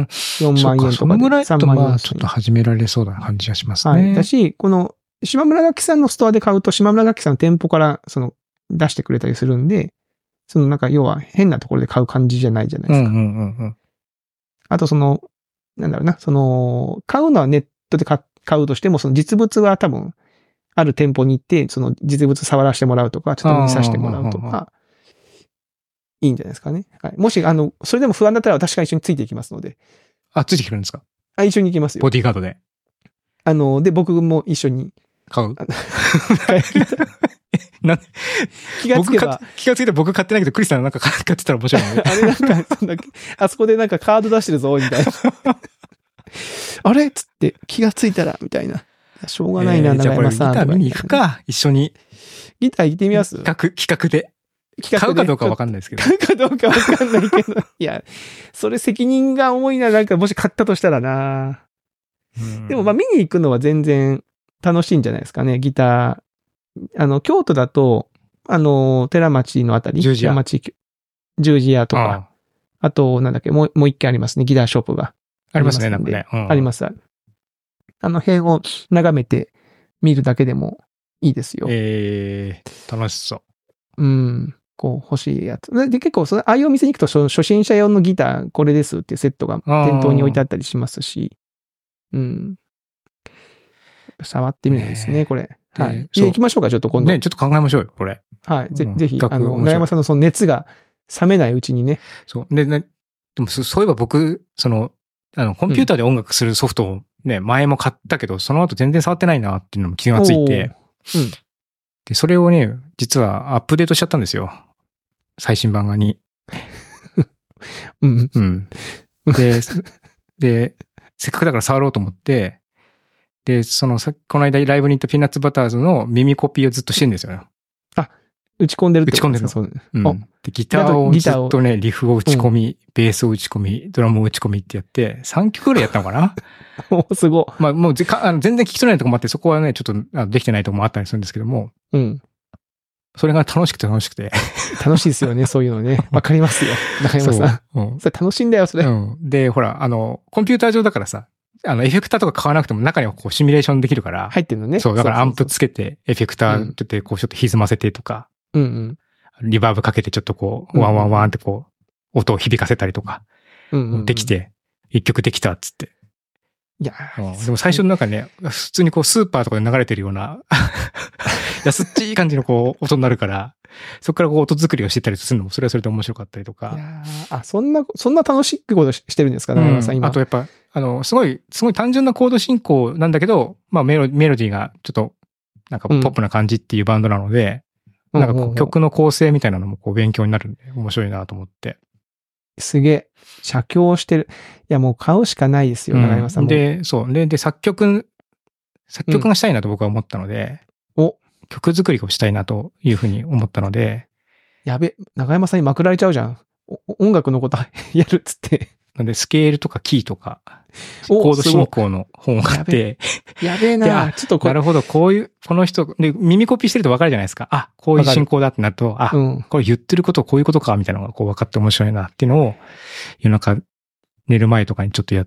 よんまんえんとかで。 そのぐらいだとまあちょっと始められそうな感じがしますね。 はい。だし、この、島村楽器さんのストアで買うと、島村楽器さんの店舗から、その、出してくれたりするんで、そのなんか要は変なところで買う感じじゃないじゃないですか。 うんうんうんうん。 あとその、なんだろうな、その、買うのはネットで買うとしても、その実物は多分、ある店舗に行って、その実物触らせてもらうとか、ちょっと見させてもらうとか、いいんじゃないですかね。はい。もし、あの、それでも不安だったら私が一緒についていきますので。 あ、ついてきるんですか？ あ、一緒に行きますよ。 ボディーガードで。 あの、で、僕も一緒に。 買うな気がつけば。 気がついて僕買ってないけど、クリスさんなんか買ってたら面白いね。 あれなんか、そんな、あそこでなんかカード出してるぞ、みたいな。あれつって気がついたら、みたいな。しょうがないな、 えー、 長山さん。 じゃあこれギター見に行くか、一緒に。 ギター行ってみます？ 企画、企画で。企画で買うかどうかわかんないですけど。 買うかどうかわかんないけど。いや、それ責任が重いな、なんかもし買ったとしたらな。でもまあ見に行くのは全然楽しいんじゃないですかね、ギター。あの、京都だと、あの、寺町のあたり。 十字屋。 寺町、十字屋とか。あ, あと、なんだっけ、もう、もう一軒ありますね、ギターショップが。 ありますね、なんかね。 うん、あります。あの辺を眺めて見るだけでもいいですよ。 えー、楽しそう。 うん。 こう欲しいやつ。で、結構その、ああいうお店に行くと、その初心者用のギターこれですっていうセットが店頭に置いてあったりしますし、うん。触ってみないですね、これ。はい。行きましょうか、ちょっと今度。 ね、ちょっと考えましょうよ、これ。 はい。ぜ、うん、ぜひ、あの、長山さんのその熱が冷めないうちにね。 そう。で、ね、でもそういえば僕、その、あの、コンピューターで音楽するソフトをね、うん、前も買ったけど、その後全然触ってないなっていうのも気がついて、うん。で、それをね、実はアップデートしちゃったんですよ。最新版に。 うん。 うん。で、で、せっかくだから触ろうと思って、で、その、この間ライブに行ったピーナッツバターズの耳コピーをずっとしてるんですよね。 あ、打ち込んでるってことですか？打ち込んでるの。うん。で、ギターをずっとね、リフを打ち込み、うん、ベースを打ち込み、ドラムを打ち込みってやって、さんきょくぐらいやったのかなおすごい。 まあ、もうぜかあの全然聞き取れないとこもあって、そこはね、ちょっとあできてないとこもあったりするんですけども。 うん。 それが楽しくて楽しくて。 楽しいですよね、そういうのね。わかりますよ。中山さん。うん。それ楽しいんだよ、それ。 うん。で、ほら、あの、コンピューター上だからさ、あの、エフェクターとか買わなくても中にはこうシミュレーションできるから。 入ってるのね。 そう、だからアンプつけて、エフェクターってこうちょっと歪ませてとか。 うんうん。 リバーブかけてちょっとこう、ワンワンワンってこう、音を響かせたりとか。うんうん。できて、一曲できたっつって。 いや、 うん、でも最初の中ね、普通にこうスーパーとかで流れてるような、安っちい感じのこう音になるから、そこからこう音作りをしてたりするのも、それはそれで面白かったりとか。 いやあ、そんな、そんな楽しいことしてるんですか、長山さん、今。 あとやっぱ、あの、すごい、すごい単純なコード進行なんだけど、まあメロ、メロディーがちょっと、なんかポップな感じっていうバンドなので、うん、なんかこう曲の構成みたいなのもこう勉強になるんで、面白いなと思って。 すげえ。写経してる。いや、もう買うしかないですよ、長山さんも。 で、そう。で、で、作曲、作曲がしたいなと僕は思ったので、 うん、お曲作りをしたいなというふうに思ったので。 やべ、長山さんにまくられちゃうじゃん。音楽のことやるっつって。 なんで、スケールとかキーとか、コード進行の本を買って、 やべえなちょっとこれ。なるほど、こういう、この人、で、耳コピーしてると分かるじゃないですか。あ、こういう進行だってなると、あ、うん、これ言ってることこういうことか、みたいなのがこう分かって面白いなっていうのを、夜中、寝る前とかにちょっとやって、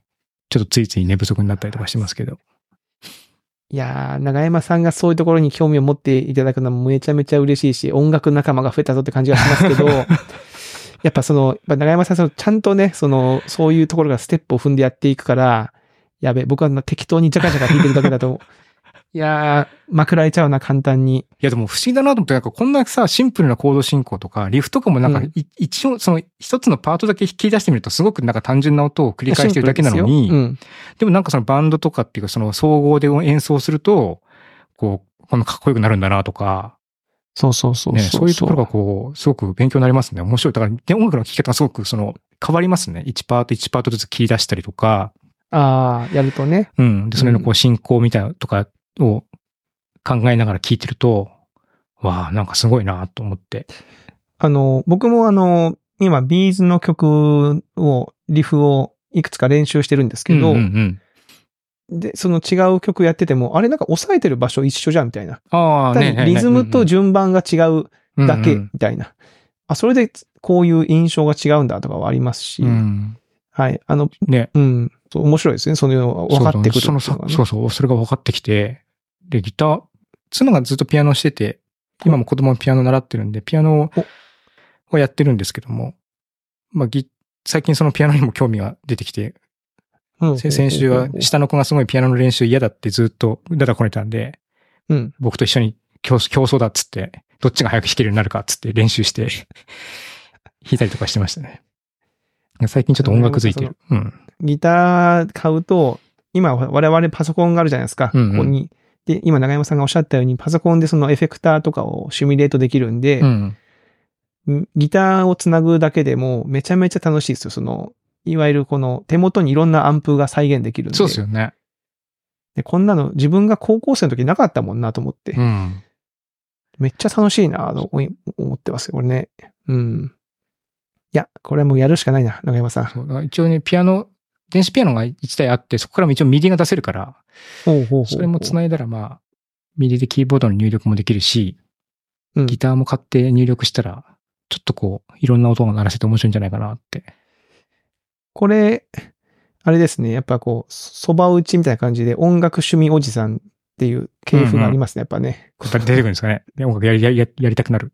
ちょっとついつい寝不足になったりとかしてますけど。 いやー、長山さんがそういうところに興味を持っていただくのもめちゃめちゃ嬉しいし、音楽仲間が増えたぞって感じがしますけど、やっぱその、やっぱ長山さん、そのちゃんとね、その、そういうところがステップを踏んでやっていくから、やべ、僕は適当にジャカジャカ弾いてるだけだと、いやー、まくられちゃうな、簡単に。いや、でも不思議だなと思って、なんかこんなさ、シンプルなコード進行とか、リフとかもなんか、うん、一応、その一つのパートだけ弾き出してみると、すごくなんか単純な音を繰り返してるだけなのに、で,、うん、でもなんかそのバンドとかっていうか、その総合で演奏すると、こう、こんなかっこよくなるんだなとか、 そうそうそうそう、 ね。そういうところがこう、すごく勉強になりますね。面白い。だから、で音楽の聴き方がすごくその、変わりますね。いちパートいちパートずつ切り出したりとか。 ああ、やるとね。 うん。で、それのこう、進行みたいなとかを考えながら聴いてると、わあ、なんかすごいなと思って。 あの、僕もあの、今、ビーズの曲を、リフをいくつか練習してるんですけど、うんうんうん、で、その違う曲やってても、あれなんか押さえてる場所一緒じゃんみたいな。 ああ、ね。 リズムと順番が違うだけみたいな。うんうん、あ、それでこういう印象が違うんだとかはありますし。うん、はい。あの、ね。うん。面白いですね。そのような分かってくる、ね。 そうそう、そうそう。それが分かってきて。で、ギター、妻がずっとピアノしてて、今も子供もピアノ習ってるんで、ピアノをやってるんですけども、まあ、最近そのピアノにも興味が出てきて、うん、先週は下の子がすごいピアノの練習嫌だってずっとだだこねたんで、うん、僕と一緒に競争だっつって、どっちが早く弾けるようになるかっつって練習して弾いたりとかしてましたね。最近ちょっと音楽づいてる。うん、 ギター買うと、今我々パソコンがあるじゃないですか。うんうん、ここに。で、今長山さんがおっしゃったようにパソコンでそのエフェクターとかをシミュレートできるんで、うん、ギターをつなぐだけでもめちゃめちゃ楽しいですよ。その、いわゆるこの手元にいろんなアンプが再現できるんで。 そうですよね。 で、こんなの自分が高校生の時なかったもんなと思って。うん、めっちゃ楽しいなと思ってますよ、これね。うん。いや、これはもうやるしかないな、長山さん。 そう一応ね、ピアノ、電子ピアノがいちだいあって、そこからも一応ミディが出せるから、ほうほうほうほうそれも繋いだらまあ、ミディでキーボードの入力もできるし、うん、ギターも買って入力したら、ちょっとこう、いろんな音が鳴らせて面白いんじゃないかなって。 これ、あれですね。やっぱこう、蕎麦打ちみたいな感じで音楽趣味おじさんっていう系譜がありますね。うんうん、やっぱね。 やっぱり出てくるんですかね。音楽やり、やり、やりたくなる。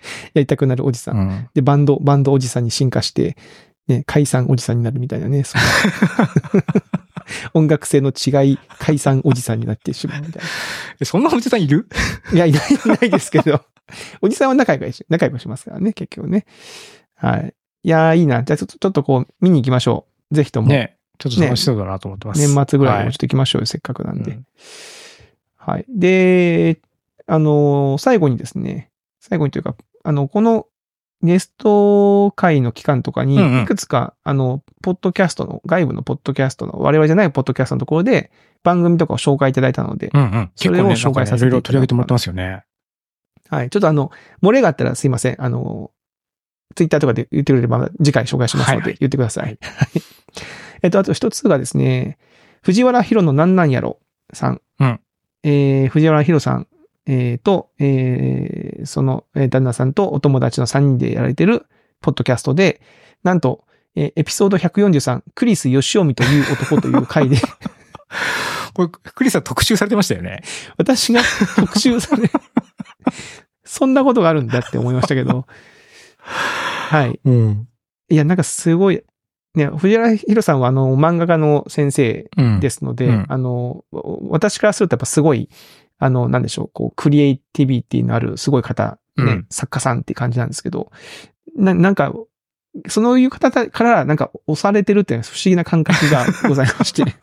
やりたくなるおじさん。うん、で、バンド、バンドおじさんに進化して、ね、解散おじさんになるみたいなね。そ音楽性の違い、解散おじさんになってしまうみたいな。そんなおじさんいる？ いや、いない、いないですけど。おじさんは仲良くし、仲良くしますからね、結局ね。はい。いやー、いいな。じゃあちょっと、ちょっとこう、見に行きましょう。ぜひとも。 ね。ちょっと楽しそうだなと思ってます。 ね、年末ぐらいもちょっと行きましょうよ、はい、せっかくなんで。うん、はい。で、あのー、最後にですね、最後にというか、あの、このゲスト会の期間とかに、いくつか、うんうん、あの、ポッドキャストの、外部のポッドキャストの、我々じゃないポッドキャストのところで、番組とかを紹介いただいたので、 うんうん、 それを紹介させていただきます。 いろいろ取り上げてもらってますよね。 はい。ちょっとあの、漏れがあったらすいません。あの、ツイッターとかで言ってくれれば、次回紹介しますので、言ってください。はいはい、えっと、あと一つがですね、藤原弘のなんなんやろさん。 うん。 えー、藤原弘さん、えー、と、えー、その、えー、旦那さんとお友達のさんにんでやられてる、ポッドキャストで、なんと、えー、エピソードひゃくよんじゅうさん、クリス・ヨシオミという男という回で。 これ、クリスは特集されてましたよね。 私が特集され、そんなことがあるんだって思いましたけど。はい。 うん。 いや、なんかすごい、ね、藤原弘さんはあの、漫画家の先生ですので、うんうん、あの、私からするとやっぱすごい、あの、なんでしょう、こう、クリエイティビティのあるすごい方、ね、うん、作家さんって感じなんですけど、な、なんか、そういう方からなんか押されてるっていう不思議な感覚がございまして。なんか、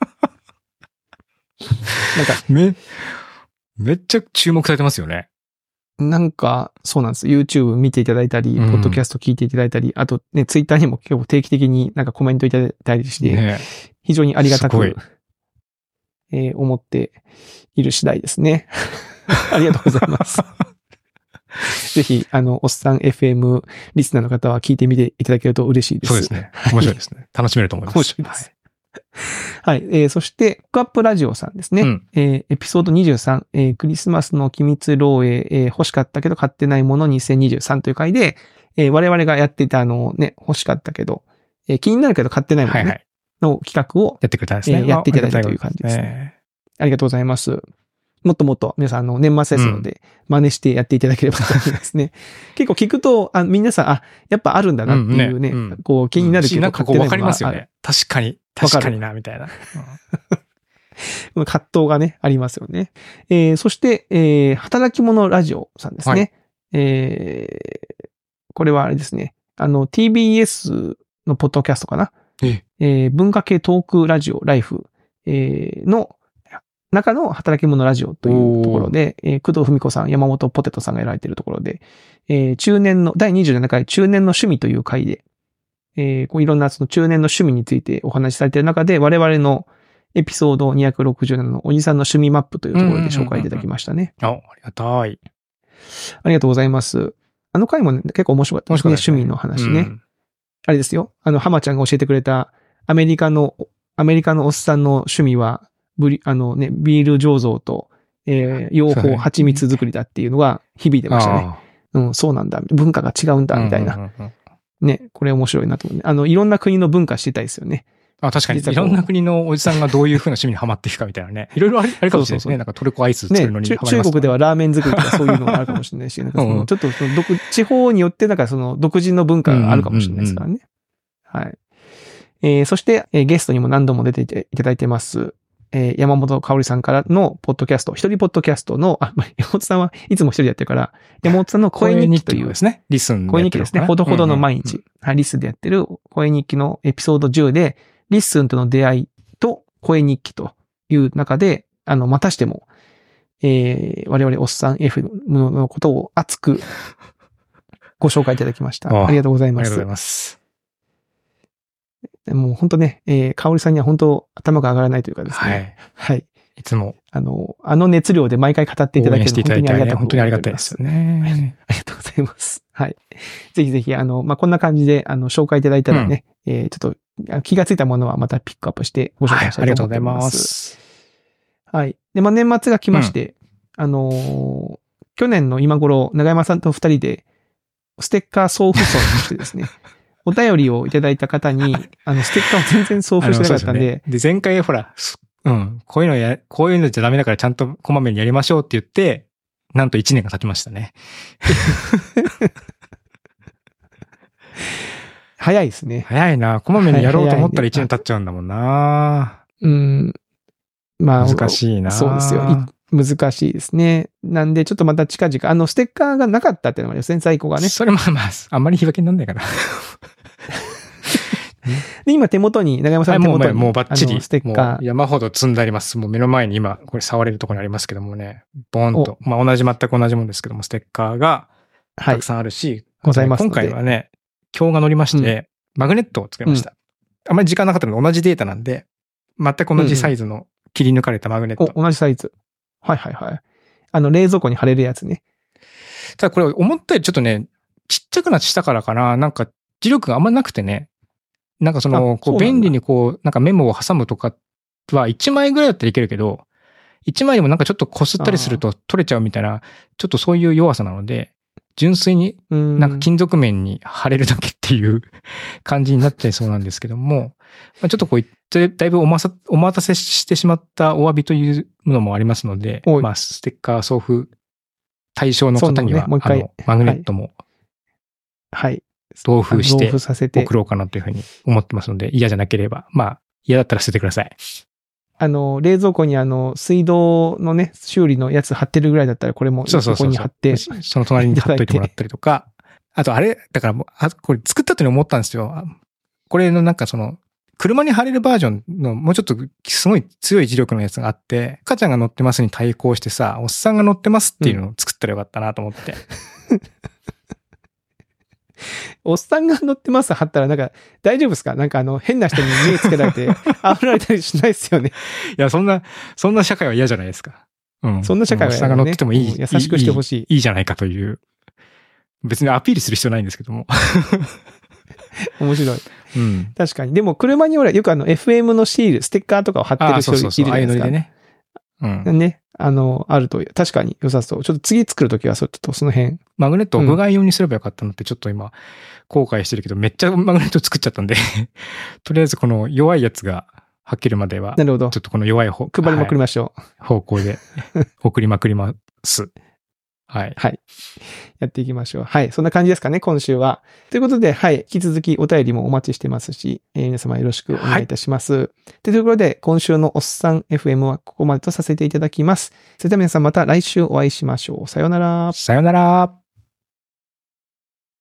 め、めっちゃ注目されてますよね。 なんか、そうなんです。YouTube 見ていただいたり、ポッドキャスト聞いていただいたり、うん、あとね、Twitter にも結構定期的になんかコメントいただいたりして、ね、非常にありがたく、えー、思っている次第ですね。ありがとうございます。ぜひ、あの、おっさん エフエム リスナーの方は聞いてみていただけると嬉しいです。 そうですね。面白いですね。楽しめると思います。 面白いです。はい。はい、えー、そして、コクアップラジオさんですね。うん、えー、エピソードにじゅうさん、えー、クリスマスの機密漏洩、えー、欲しかったけど買ってないものにせんにじゅうさんという回で、えー、我々がやっていたあのね、欲しかったけど、えー、気になるけど買ってないもの、ね、はいはい、の企画をやってくれたんですね。 えー、やっていただいたという感じですね。ありがとうございます。もっともっと皆さんあの年末ですので、真似してやっていただければと思いますね。うん、結構聞くと、あ、皆さん、あ、やっぱあるんだなっていうね、うんね、こう気になるけど、うん、 なんかこう分かりますよね。確かに、確かにな、みたいな。 うん、葛藤がね、ありますよね。えー、そして、えー、働き者ラジオさんですね。はい、えー、これはあれですね。あの、ティービーエス のポッドキャストかな。 ええー、文化系トークラジオ、ライフ、えー、の、中の働き者ラジオというところで、えー、工藤文子さん、山本ポテトさんがやられているところで、えー、中年の、だいにじゅうななかい中年の趣味という回で、えー、こういろんなその中年の趣味についてお話しされている中で、我々のエピソードにひゃくろくじゅうななのおじさんの趣味マップというところで紹介いただきましたね。 あ、ありがたい。 ありがとうございます。あの回も、ね、結構面白かったですね。趣味の話ね。うん、あれですよ。あの、浜ちゃんが教えてくれたアメリカの、アメリカのおっさんの趣味は、ブリ、あのね、ビール醸造と、えー、養蜂、蜂蜜作りだっていうのが響いてましたね。うん、そうなんだ。文化が違うんだ、みたいな。うんうんうん、ね、これ面白いなと思うね。あの、いろんな国の文化知りたいですよね。 あ、確かに。いろんな国のおじさんがどういう風な趣味にハマっていくかみたいなね。いろいろあるかもしれないですね。そうそうそう、なんかトルコアイス作るのにハマります、 ね、中国ではラーメン作りとかそういうのがあるかもしれないし、なんかそのちょっとその独地方によってなんかその独自の文化があるかもしれないですからね。はい。えー、そして、えー、ゲストにも何度も出ていただいてます。えー、山本香織さんからのポッドキャスト、一人ポッドキャストの、あ、まあ、山本さんはいつも一人でやってるから、山本さんの声日記という。 ですね。リスン声日記ですね。ほどほどの毎日。うんうんうん、はい、リスンでやってる声日記のエピソードじゅうで、リスンとの出会いと声日記という中で、あの、またしても、えー、我々おっさん F のことを熱くご紹介いただきました。あ, ありがとうございます。 ありがとうございます。 もう本当ね、えー、香織さんには本当頭が上がらないというかですね。 はい。 はい。 いつも。 あの、あの熱量で毎回語っていただけるの本当にありがたい。 本当にありがたいですよね。 ありがとうございます。はい。ぜひぜひ、あの、まあ、こんな感じで、あの、紹介いただいたらね、うん、えー、ちょっと気がついたものはまたピックアップしてご紹介したいと思います。はい。ありがとうございます。はい。で、まあ、年末が来まして、うん、あのー、去年の今頃、長山さんと二人で、ステッカー送付送としてですね、お便りをいただいた方に、あの、ステッカーを全然送付してなかったんで。 で, ね、で、前回ほら、うん、こういうのや、こういうのじゃダメだからちゃんとこまめにやりましょうって言って、なんといちねんが経ちましたね。 早いですね。 早いな。こまめにやろうと思ったらいちねん経っちゃうんだもんな。 うん。まあ、 難しいな。 そうですよ。難しいですね。なんで、ちょっとまた近々、あの、ステッカーがなかったっていうのがありますね、在庫がね。 それまあまあ、あんまり言い訳になんないかな。 で、今手元に、長山さんの手元に、 もう、もうバッチリ。 ステッカー。 山ほど積んであります。もう目の前に今、これ触れるところにありますけどもね、ボーンと。まあ同じ、全く同じもんですけども、ステッカーがたくさんあるし、はい、 ございます今回はね、表が載りまして、うん、マグネットを作りました。うん、あまり時間なかったので同じデータなんで、全く同じサイズの切り抜かれたマグネット。 うんうん、同じサイズ。はいはいはい。あの、冷蔵庫に貼れるやつね。 ただこれ思ったよりちょっとね、ちっちゃくなってたからかな、なんか磁力があんまなくてね、なんかその、こう便利にこう、なんかメモを挟むとかはいちまいぐらいだったらいけるけど、いちまいでもなんかちょっと擦ったりすると取れちゃうみたいな、ちょっとそういう弱さなので、純粋になんか金属面に貼れるだけっていう感じになっちゃいそうなんですけども、まあ、ちょっとこう言ってだいぶおまさ、お待たせしてしまったお詫びというのもありますので、まあステッカー送付対象の方には、ね、もう一回あのマグネットも、 はい。はい同封して送ろうかなというふうに思ってますので、嫌じゃなければ、まあ、嫌だったら捨ててください。 あの、冷蔵庫にあの、水道のね、修理のやつ貼ってるぐらいだったら、これもそこに貼って。 そうそうそう。その隣に貼っといてもらったりとか、あとあれ、だからもう、あこれ作った後に思ったんですよ。これのなんかその、車に貼れるバージョンのもうちょっとすごい強い磁力のやつがあって、赤ちゃんが乗ってますに対抗してさ、おっさんが乗ってますっていうのを作ったらよかったなと思って。うんおっさんが乗ってます貼ったらなんか大丈夫ですか？なんかあの変な人に目つけられて煽られたりしないですよね。 いや、そんな、そんな社会は嫌じゃないですか。うん。 そんな社会は嫌だね。おっさんが乗っててもいい。 優しくしてほしい。 いい、いいじゃないかという。別にアピールする必要ないんですけども。 面白い。 うん。 確かに。でも車にほらよくあの エフエム のシール、ステッカーとかを貼ってる人いるじゃないですか。ああいうのでね。うん。ね。あの、あると、確かに良さそう。ちょっと次作るときは、ちょっとその辺。 マグネットを屋外用にすればよかったのってちょっと今、後悔してるけど、めっちゃマグネット作っちゃったんで、とりあえずこの弱いやつがはっきりまでは、 なるほど。 ちょっとこの弱い方、 配りまくりましょう。 はい、方向で送りまくります。はい。 はい。やっていきましょう。はい。そんな感じですかね、今週は。ということで、はい。引き続きお便りもお待ちしてますし、えー、皆様よろしくお願いいたします。はい、というところで、今週のおっさん エフエム はここまでとさせていただきます。それでは皆さんまた来週お会いしましょう。さようなら。 さようなら。